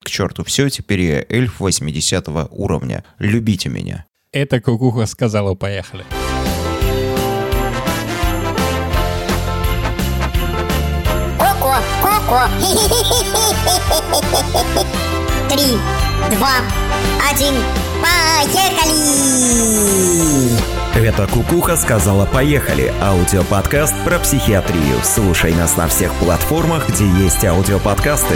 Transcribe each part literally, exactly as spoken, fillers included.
к черту все, теперь я эльф восьмидесятого уровня. Любите меня. Это кукуха сказала, поехали. Ко-ко, ко-ко. Три, два, один, поехали! Это кукуха сказала «Поехали» — аудиоподкаст про психиатрию. Слушай нас на всех платформах, где есть аудиоподкасты.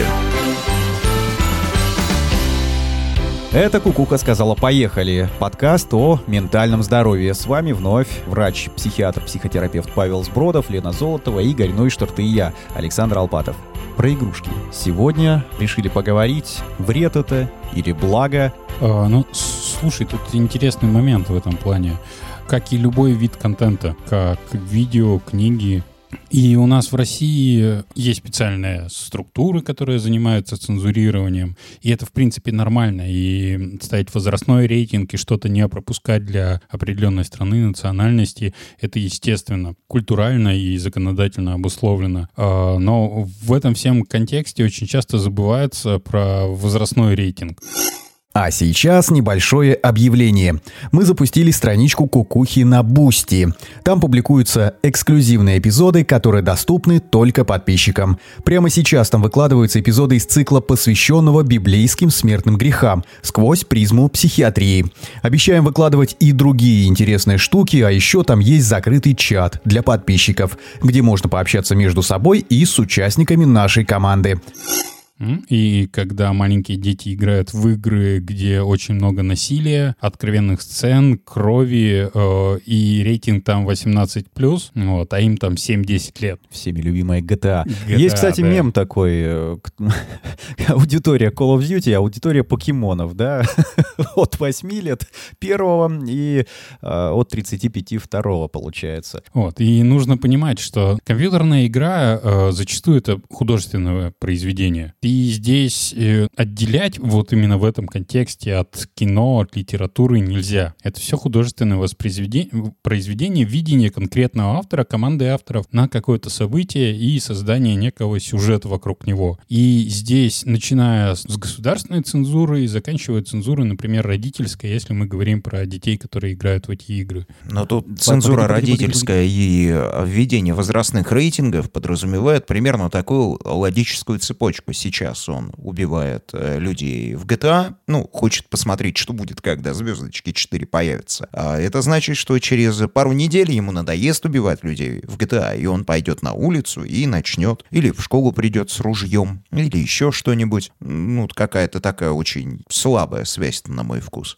Это «Кукуха сказала «Поехали» — подкаст о ментальном здоровье. С вами вновь врач, психиатр, психотерапевт Павел Сбродов, Лена Золотова, Игорь Нойштарт и я, Александр Алпатов. Про игрушки. Сегодня решили поговорить, вред это или благо. А, ну, слушай, тут интересный момент в этом плане. Как и любой вид контента, как видео, книги. И у нас в России есть специальные структуры, которые занимаются цензурированием. И это, в принципе, нормально. И ставить возрастной рейтинг и что-то не пропускать для определенной страны, национальности, это, естественно, культурально и законодательно обусловлено. Но в этом всем контексте очень часто забывается про возрастной рейтинг. А сейчас небольшое объявление. Мы запустили страничку Кукухи на Бусти. Там публикуются эксклюзивные эпизоды, которые доступны только подписчикам. Прямо сейчас там выкладываются эпизоды из цикла, посвященного библейским смертным грехам, сквозь призму психиатрии. Обещаем выкладывать и другие интересные штуки, а еще там есть закрытый чат для подписчиков, где можно пообщаться между собой и с участниками нашей команды. И когда маленькие дети играют в игры, где очень много насилия, откровенных сцен, крови, э, и рейтинг там восемнадцать плюс, вот, а им там семь-десять лет. Всеми любимая джи ти эй. джи ти эй, Есть, кстати, да. мем такой. Аудитория Call of Duty, аудитория покемонов, да? От восьми лет первого и э, от тридцати пяти второго, получается. Вот, и нужно понимать, что компьютерная игра э, зачастую это художественное произведение. И здесь э, отделять вот именно в этом контексте от кино, от литературы нельзя. Это все художественное воспроизведение, произведение, видение конкретного автора, команды авторов на какое-то событие и создание некого сюжета вокруг него. И здесь, начиная с государственной цензуры и заканчивая цензурой, например, родительской, если мы говорим про детей, которые играют в эти игры. Но тут цензура родительская и введение возрастных рейтингов подразумевает примерно такую логическую цепочку. Сейчас он убивает э, людей в джи ти эй, ну, хочет посмотреть, что будет, когда звездочки четыре появятся. А это значит, что через пару недель ему надоест убивать людей в джи ти эй, и он пойдет на улицу и начнет, или в школу придет с ружьем, или еще что-нибудь. Ну, какая-то такая очень слабая связь, на мой вкус.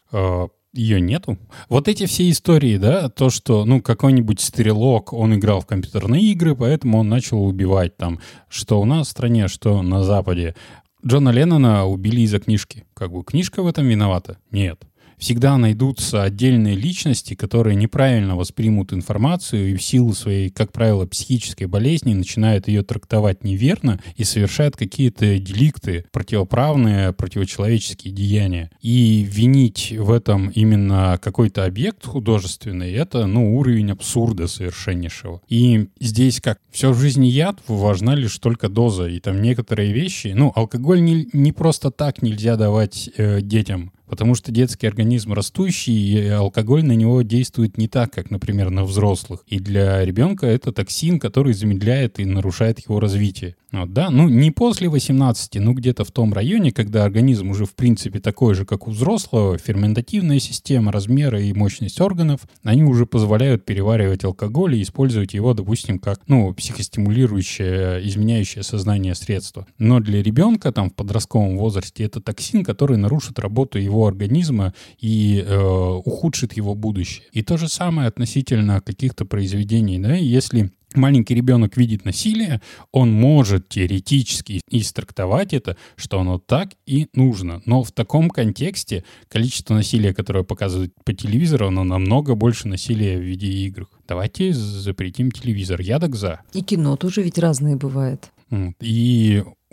Ее нету. Вот эти все истории, да, то, что, ну, какой-нибудь стрелок, он играл в компьютерные игры, поэтому он начал убивать там, что у нас в стране, что на Западе. Джона Леннона убили из-за книжки. Как бы книжка в этом виновата? Нет. Всегда найдутся отдельные личности, которые неправильно воспримут информацию и в силу своей, как правило, психической болезни начинают ее трактовать неверно и совершают какие-то деликты, противоправные, противочеловеческие деяния. И винить в этом именно какой-то объект художественный — это, ну, уровень абсурда совершеннейшего. И здесь как все в жизни яд, важна лишь только доза. И там некоторые вещи, ну, алкоголь не, не просто так нельзя давать э, детям. Потому что детский организм растущий, и алкоголь на него действует не так, как, например, на взрослых. И для ребенка это токсин, который замедляет и нарушает его развитие. Вот, да? Ну, не после восемнадцати, ну, где-то в том районе, когда организм уже, в принципе, такой же, как у взрослого, ферментативная система, размеры и мощность органов, они уже позволяют переваривать алкоголь и использовать его, допустим, как, ну, психостимулирующее, изменяющее сознание средство. Но для ребенка, там, в подростковом возрасте, это токсин, который нарушит работу его организма и э, ухудшит его будущее. И то же самое относительно каких-то произведений, да, если маленький ребенок видит насилие, он может теоретически истрактовать это, что оно так и нужно. Но в таком контексте количество насилия, которое показывают по телевизору, оно намного больше насилия в видеоиграх. Давайте запретим телевизор. Я так за. И кино тоже ведь разное бывает. И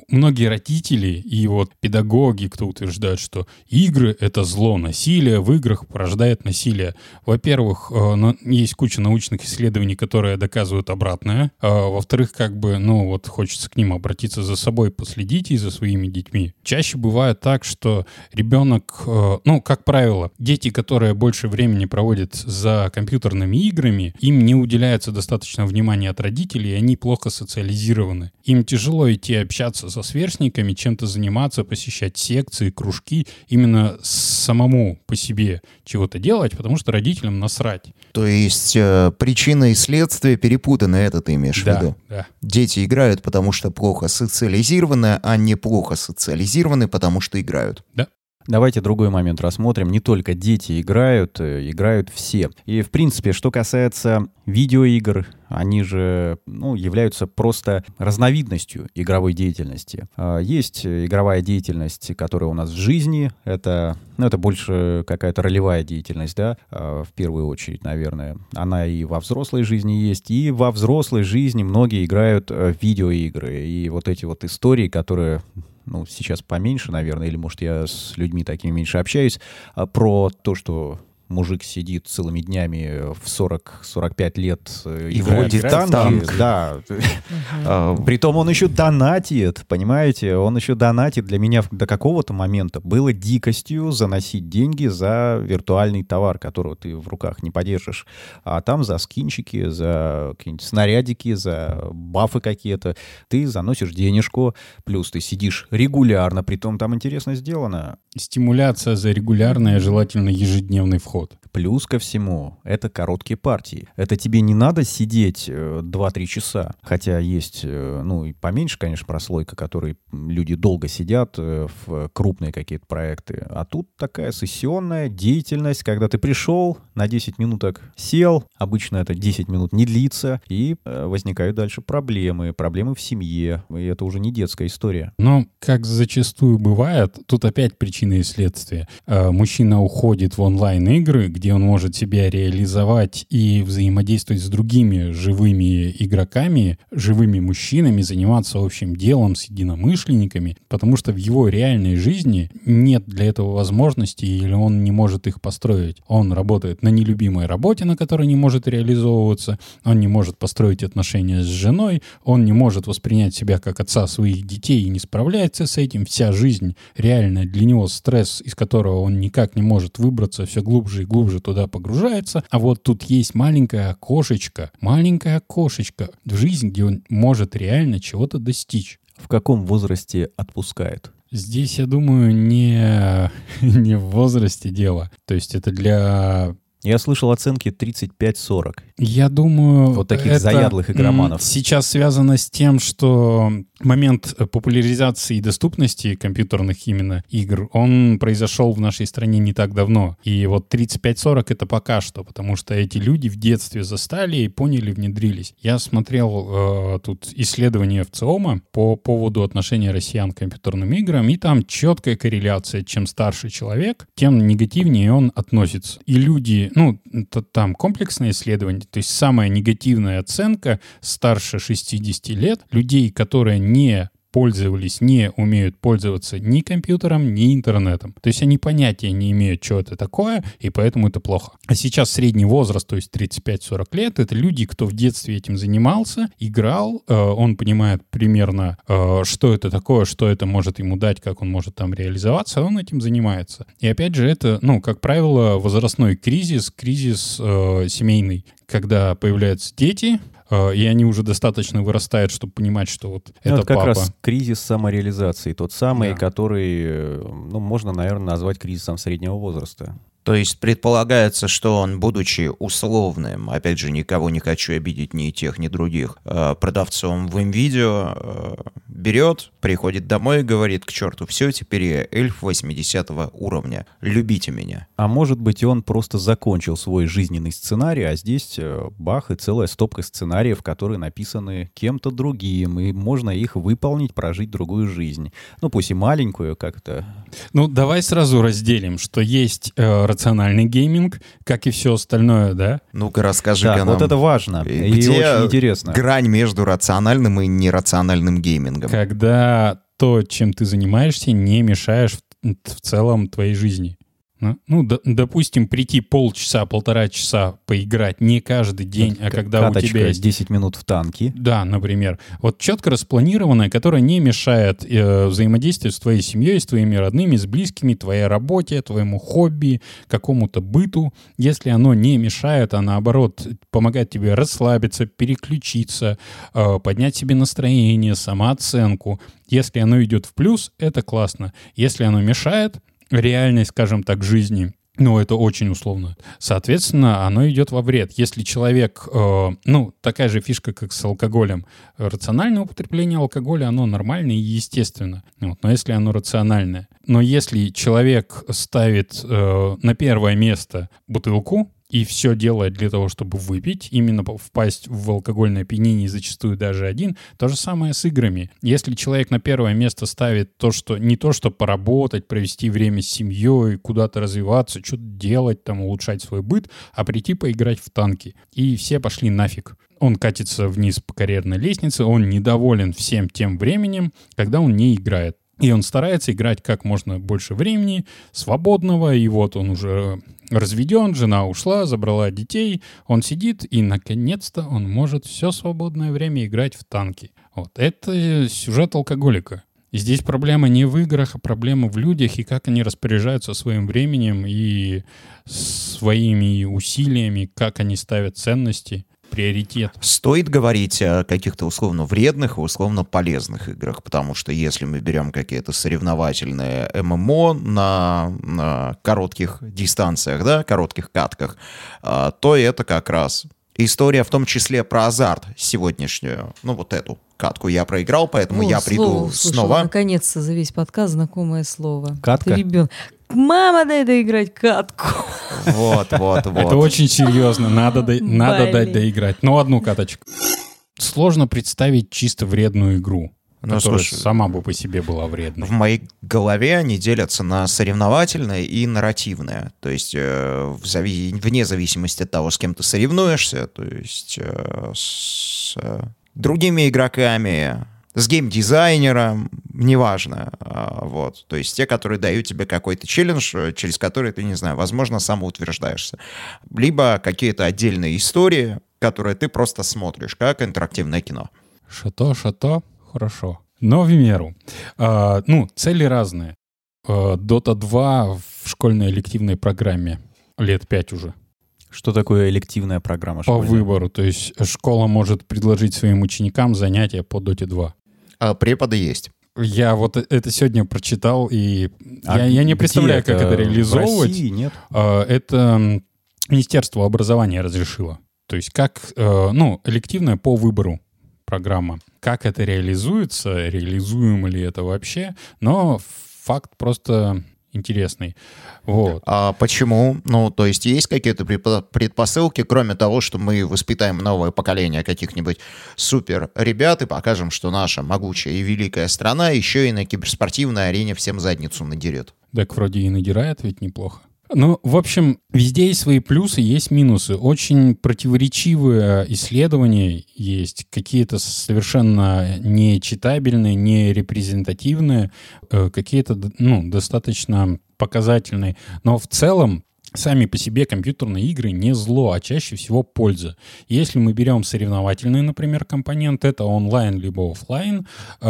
многие родители и вот педагоги, кто утверждают, что игры — это зло, насилие в играх порождает насилие. Во-первых, есть куча научных исследований, которые доказывают обратное. Во-вторых, как бы, ну вот хочется к ним обратиться за собой, последите за своими детьми. Чаще бывает так, что ребенок, ну, как правило, дети, которые больше времени проводят за компьютерными играми, им не уделяется достаточно внимания от родителей, и они плохо социализированы. Им тяжело идти общаться со сверстниками, чем-то заниматься, посещать секции, кружки, именно самому по себе чего-то делать, потому что родителям насрать. То есть э, причина и следствие перепутаны, это ты имеешь да, в виду? Да. Дети играют, потому что плохо социализированы, а не плохо социализированы, потому что играют. Да. Давайте другой момент рассмотрим. Не только дети играют, играют все. И, в принципе, что касается видеоигр, они же, ну, являются просто разновидностью игровой деятельности. Есть игровая деятельность, которая у нас в жизни. Это, ну, это больше какая-то ролевая деятельность, да, в первую очередь, наверное. Она и во взрослой жизни есть, и во взрослой жизни многие играют в видеоигры. И вот эти вот истории, которые... ну, сейчас поменьше, наверное, или, может, я с людьми такими меньше общаюсь, про то, что мужик сидит целыми днями в сорок-сорок пять лет и водит танк. Да. Притом он еще донатит, понимаете? Он еще донатит. Для меня до какого-то момента было дикостью заносить деньги за виртуальный товар, которого ты в руках не подержишь. А там за скинчики, за какие-нибудь снарядики, за бафы какие-то ты заносишь денежку, плюс ты сидишь регулярно, притом там интересно сделано. Стимуляция за регулярный, а желательно ежедневный вход. Плюс ко всему, это короткие партии. Это тебе не надо сидеть два-три часа. Хотя есть, ну, и поменьше, конечно, прослойка, которой люди долго сидят в крупные какие-то проекты. А тут такая сессионная деятельность, когда ты пришел, на десять минуток сел, обычно это десять минут не длится, и возникают дальше проблемы. Проблемы в семье. И это уже не детская история. Но, как зачастую бывает, тут опять причины и следствия. Мужчина уходит в онлайн-игры, где он может себя реализовать и взаимодействовать с другими живыми игроками, живыми мужчинами, заниматься общим делом с единомышленниками, потому что в его реальной жизни нет для этого возможности или он не может их построить. Он работает на нелюбимой работе, на которой не может реализовываться, он не может построить отношения с женой, он не может воспринять себя как отца своих детей и не справляется с этим. Вся жизнь реальная для него стресс, из которого он никак не может выбраться, все глубже и глубже туда погружается. А вот тут есть маленькое окошечко, маленькое окошечко в жизнь, где он может реально чего-то достичь. В каком возрасте отпускает? Здесь, я думаю, не, не в возрасте дело. То есть это для... Я слышал оценки тридцать пять сорок. Я думаю... Вот таких это заядлых игроманов. Сейчас связано с тем, что момент популяризации и доступности компьютерных именно игр, он произошел в нашей стране не так давно. И вот тридцать пять сорок это пока что, потому что эти люди в детстве застали и поняли, внедрились. Я смотрел э, тут исследование ВЦИОМа по поводу отношения россиян к компьютерным играм, и там четкая корреляция. Чем старше человек, тем негативнее он относится. И люди, ну, там комплексное исследование, то есть самая негативная оценка старше шестидесяти лет, людей, которые не пользовались, не умеют пользоваться ни компьютером, ни интернетом. То есть они понятия не имеют, что это такое, и поэтому это плохо. А сейчас средний возраст, то есть тридцать пять сорок лет, это люди, кто в детстве этим занимался, играл, э, он понимает примерно, э, что это такое, что это может ему дать, как он может там реализоваться, он этим занимается. И опять же, это, ну, как правило, возрастной кризис, кризис э, семейный, когда появляются дети, и они уже достаточно вырастают, чтобы понимать, что вот ну, это как папа. раз кризис самореализации, тот самый, Да. который, ну, можно, наверное, назвать кризисом среднего возраста. То есть предполагается, что он, будучи условным, опять же, никого не хочу обидеть ни тех, ни других, продавцом в МВидео, берет, приходит домой и говорит: к черту, все, теперь я эльф восьмидесятого уровня, любите меня. А может быть, он просто закончил свой жизненный сценарий, а здесь бах, и целая стопка сценариев, которые написаны кем-то другим, и можно их выполнить, прожить другую жизнь. Ну, пусть и маленькую как-то. Ну, давай сразу разделим, что есть э, рациональный гейминг, как и все остальное, да? Ну-ка, расскажи-ка Да, нам. вот это важно и Где очень интересно. грань между рациональным и нерациональным геймингом? Когда то, чем ты занимаешься, не мешаешь в, в целом твоей жизни. Ну, д- допустим, прийти полчаса, полтора часа поиграть не каждый день, а когда Каточка, у тебя есть... десять минут в танке. Да, например. Вот четко распланированная, которая не мешает э, взаимодействию с твоей семьей, с твоими родными, с близкими, твоей работе, твоему хобби, какому-то быту. Если оно не мешает, а наоборот помогает тебе расслабиться, переключиться, э, поднять себе настроение, самооценку. Если оно идет в плюс, это классно. Если оно мешает реальной, скажем так, жизни, ну, это очень условно, соответственно, оно идет во вред. Если человек, э, ну, такая же фишка, как с алкоголем, рациональное употребление алкоголя, оно нормальное и естественно. Вот, но если оно рациональное. Но если человек ставит э, на первое место бутылку, и все делает для того, чтобы выпить, именно впасть в алкогольное опьянение, зачастую даже один. То же самое с играми. Если человек на первое место ставит то, что не то, что поработать, провести время с семьей, куда-то развиваться, что-то делать, там, улучшать свой быт, а прийти поиграть в танки. И все пошли нафиг. Он катится вниз по карьерной лестнице, он недоволен всем тем временем, когда он не играет. И он старается играть как можно больше времени, свободного, и вот он уже разведен, жена ушла, забрала детей, он сидит, и наконец-то он может все свободное время играть в танки. Вот это сюжет алкоголика. И здесь проблема не в играх, а проблема в людях, и как они распоряжаются своим временем и своими усилиями, как они ставят ценности. Приоритет. Стоит говорить о каких-то условно вредных и условно полезных играх, потому что если мы берем какие-то соревновательные эм эм о на, на коротких дистанциях, да, коротких катках, то это как раз история в том числе про азарт сегодняшнюю, ну вот эту катку я проиграл, поэтому О, я приду слово услышала, снова. Наконец-то за весь подкаст знакомое слово. Катка? Ты ребенок. Мама, дай доиграть катку. Вот, вот, вот. Это очень серьезно, надо, до... надо Блин. дать доиграть. Ну, одну каточку. Сложно представить чисто вредную игру, Ну, которая слушай, сама бы по себе была вредной. в моей голове они делятся на соревновательное и нарративное. То есть э, в зави- вне зависимости от того, с кем ты соревнуешься, то есть э, с э, другими игроками, с геймдизайнером, неважно. А, вот. То есть те, которые дают тебе какой-то челлендж, через который ты, не знаю, возможно, самоутверждаешься. Либо какие-то отдельные истории, которые ты просто смотришь, как интерактивное кино. Шато, шато, хорошо. Но в меру. А, ну, цели разные. А, Дота два в школьной элективной программе. Лет пять уже. Что такое элективная программа По школьная? выбору. То есть школа может предложить своим ученикам занятия по Доте два. А преподы есть. Я вот это сегодня прочитал, и А я, я не где представляю, как это В реализовывать. России нет? А, Это Министерство образования разрешило. То есть как, э, ну, элективная по выбору программа. Как это реализуется, реализуемо ли это вообще, но факт просто интересный. Вот. А почему? Ну, то есть есть какие-то предпосылки, кроме того, что мы воспитаем новое поколение каких-нибудь супер ребят и покажем, что наша могучая и великая страна еще и на киберспортивной арене всем задницу надерет. Так вроде и надирает ведь неплохо. Ну, в общем, везде есть свои плюсы, есть минусы. Очень противоречивые исследования есть, какие-то совершенно нечитабельные, нерепрезентативные, какие-то, ну, достаточно показательные. Но в целом сами по себе компьютерные игры не зло, а чаще всего польза. Если мы берем соревновательный, например, компонент, это онлайн либо офлайн,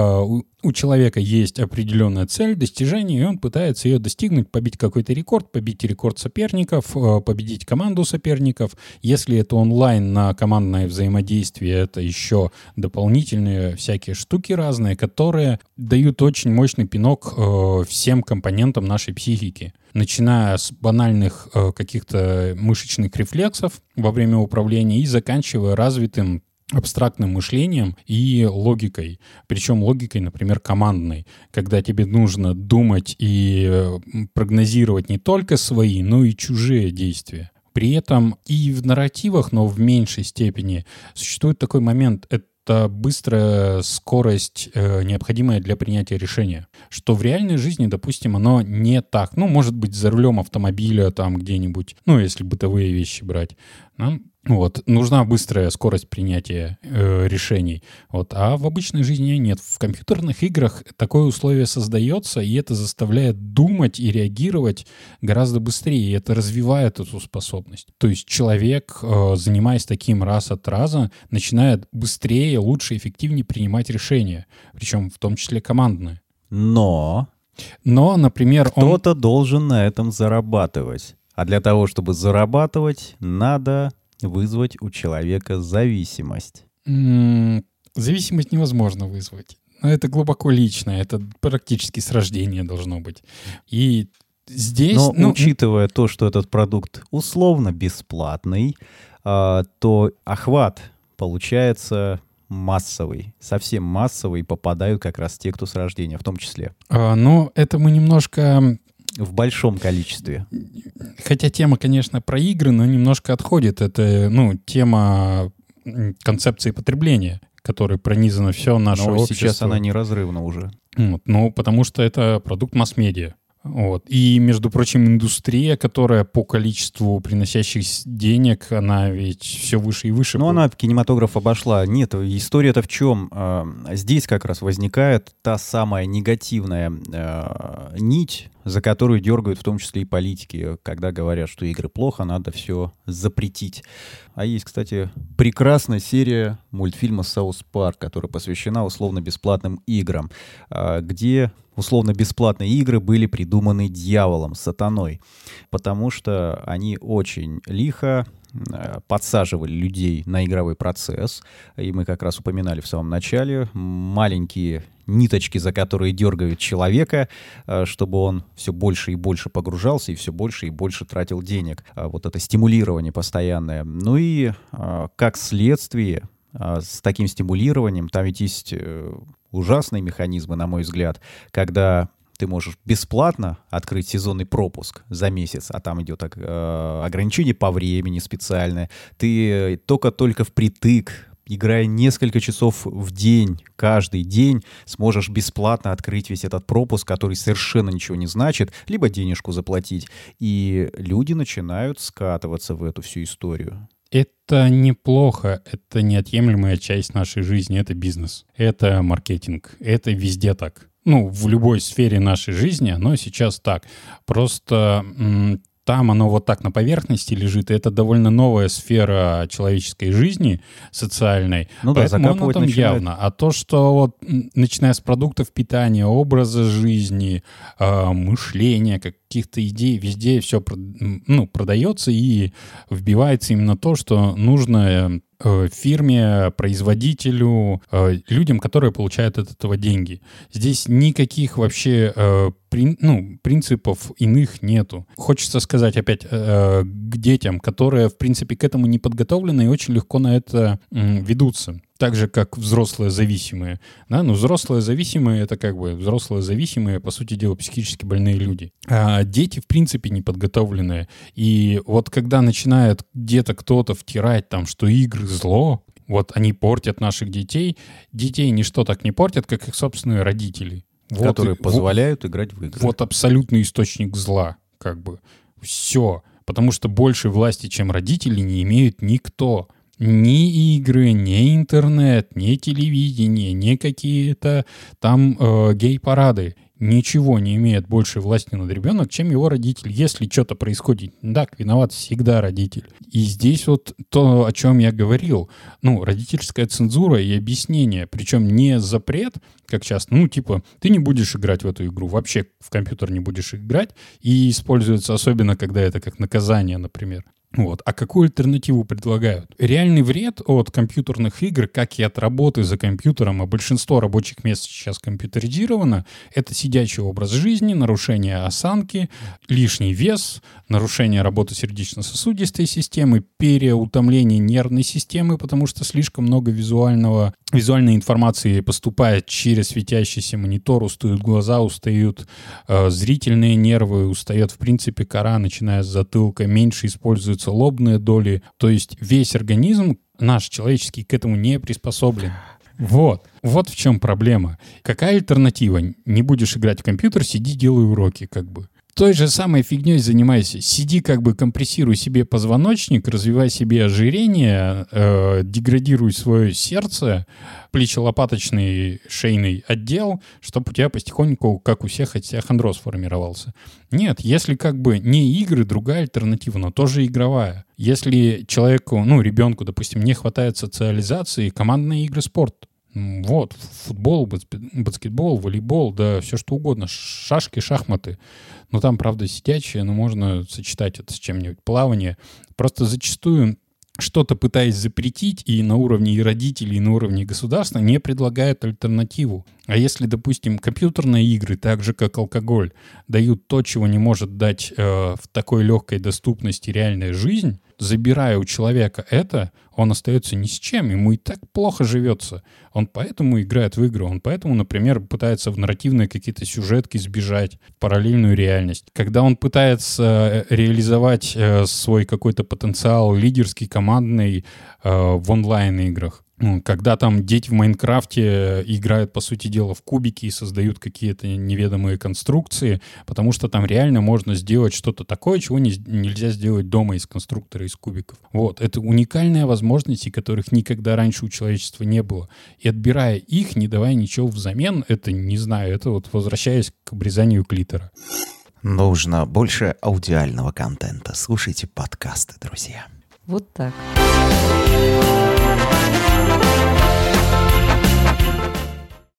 у человека есть определенная цель, достижение, и он пытается ее достигнуть, побить какой-то рекорд, побить рекорд соперников, победить команду соперников. Если это онлайн на командное взаимодействие, это еще дополнительные всякие штуки разные, которые дают очень мощный пинок всем компонентам нашей психики. Начиная с банальных каких-то мышечных рефлексов во время управления и заканчивая развитым абстрактным мышлением и логикой. Причем логикой, например, командной, когда тебе нужно думать и прогнозировать не только свои, но и чужие действия. При этом и в нарративах, но в меньшей степени, существует такой момент — это быстрая скорость, э, необходимая для принятия решения. Что в реальной жизни, допустим, оно не так. Ну, может быть, за рулем автомобиля там где-нибудь, ну, если бытовые вещи брать. Нам Вот. Нужна быстрая скорость принятия э, решений. Вот. А в обычной жизни нет. В компьютерных играх такое условие создается, и это заставляет думать и реагировать гораздо быстрее. И это развивает эту способность. То есть человек, э, занимаясь таким раз от раза, начинает быстрее, лучше, эффективнее принимать решения. Причем в том числе командные. Но... Но, например, кто-то он... должен на этом зарабатывать. А для того, чтобы зарабатывать, надо вызвать у человека зависимость. М-м, зависимость невозможно вызвать. Но это глубоко личное, это практически с рождения должно быть. И здесь... Но ну, учитывая то, что этот продукт условно бесплатный, а, то охват получается массовый, совсем массовый, попадают как раз те, кто с рождения, в том числе. А, ну, это мы немножко... В большом количестве. Хотя тема, конечно, про игры, но немножко отходит. Это, ну, тема концепции потребления, которой пронизано все наше Но общество. сейчас она неразрывна уже. Вот, ну, потому что это продукт масс-медиа. Вот. И, между прочим, индустрия, которая по количеству приносящих денег, она ведь все выше и выше. Но она кинематограф обошла. Нет, история-то в чем? Здесь как раз возникает та самая негативная э, нить, за которую дергают в том числе и политики, когда говорят, что игры плохо, надо все запретить. А есть, кстати, прекрасная серия мультфильма «Саус Парк», которая посвящена условно-бесплатным играм, где условно-бесплатные игры были придуманы дьяволом, сатаной, потому что они очень лихо подсаживали людей на игровой процесс, и мы как раз упоминали в самом начале маленькие ниточки, за которые дергают человека, чтобы он все больше и больше погружался и все больше и больше тратил денег. Вот это стимулирование постоянное. Ну и как следствие с таким стимулированием, там ведь есть ужасные механизмы, на мой взгляд, когда ты можешь бесплатно открыть сезонный пропуск за месяц, а там идет э, ограничение по времени специальное. Ты только-только впритык, играя несколько часов в день, каждый день, сможешь бесплатно открыть весь этот пропуск, который совершенно ничего не значит, либо денежку заплатить. И люди начинают скатываться в эту всю историю. Это неплохо, это неотъемлемая часть нашей жизни, это бизнес, это маркетинг, это везде так. Ну, в любой сфере нашей жизни оно сейчас так. Просто м- там оно вот так на поверхности лежит, и это довольно новая сфера человеческой жизни, социальной. Ну да, поэтому оно там начинает. явно. А то, что вот, начиная с продуктов питания, образа жизни, э, мышления, каких-то идей, везде все ну, продается и вбивается именно то, что нужно фирме, производителю, людям, которые получают от этого деньги. Здесь никаких вообще ну, принципов иных нету. Хочется сказать опять к детям, которые, в принципе, к этому не подготовлены и очень легко на это ведутся. Так же, как взрослые зависимые. Да? Ну, взрослые зависимые — это как бы взрослые зависимые, по сути дела, психически больные люди. А дети, в принципе, не подготовленные. И вот когда начинает где-то кто-то втирать там, что игры зло, вот они портят наших детей, детей ничто так не портят, как их собственные родители. Вот которые и, позволяют вот, играть в игры. Вот абсолютный источник зла, как бы. Все. Потому что больше власти, чем родители, не имеют никто. Ни игры, ни интернет, ни телевидение, ни какие-то там э, гей-парады. Ничего не имеет больше власти над ребенком, чем его родитель. Если что-то происходит не так, виноват всегда родитель. И здесь вот то, о чем я говорил. Ну, родительская цензура и объяснение. Причем не запрет, как часто, ну, типа, ты не будешь играть в эту игру, вообще в компьютер не будешь играть. И используется особенно, когда это как наказание, например. Вот. А какую альтернативу предлагают? Реальный вред от компьютерных игр, как и от работы за компьютером, а большинство рабочих мест сейчас компьютеризировано, это сидячий образ жизни, нарушение осанки, лишний вес, нарушение работы сердечно-сосудистой системы, переутомление нервной системы, потому что слишком много визуального, визуальной информации поступает через светящийся монитор, устают глаза, устают э, зрительные нервы, устает, в принципе, кора, начиная с затылка, меньше используются лобные доли. То есть весь организм наш человеческий к этому не приспособлен. Вот. Вот в чем проблема. Какая альтернатива? Не будешь играть в компьютер, сиди, делай уроки, как бы. той же самой фигней занимайся. Сиди, как бы компрессируй себе позвоночник, развивай себе ожирение, э, деградируй свое сердце, плечо-лопаточный шейный отдел, чтобы у тебя потихоньку, как у всех, остеохондроз формировался. Нет, если как бы не игры, другая альтернатива, но тоже игровая. Если человеку, ну, ребенку, допустим, не хватает социализации, командные игры, спорт. Вот, футбол, баскетбол, волейбол, да все что угодно, шашки, шахматы. Ну, там, правда, сидячие, но можно сочетать это с чем-нибудь. Плавание. Просто зачастую что-то пытаясь запретить, и на уровне и родителей, и на уровне государства не предлагают альтернативу. А если, допустим, компьютерные игры, так же как алкоголь, дают то, чего не может дать э, в такой легкой доступности реальная жизнь, забирая у человека это, он остается ни с чем, ему и так плохо живется. Он поэтому играет в игры, он поэтому, например, пытается в нарративные какие-то сюжетки сбежать, в параллельную реальность. Когда он пытается реализовать э, свой какой-то потенциал лидерский, командный э, в онлайн-играх, когда там дети в Майнкрафте играют, по сути дела, в кубики и создают какие-то неведомые конструкции, потому что там реально можно сделать что-то такое, чего не, нельзя сделать дома из конструктора, из кубиков. Вот. Это уникальные возможности, которых никогда раньше у человечества не было. И отбирая их, не давая ничего взамен, это, не знаю, это вот возвращаясь к обрезанию клитора. Нужно больше аудиального контента. Слушайте подкасты, друзья. Вот так.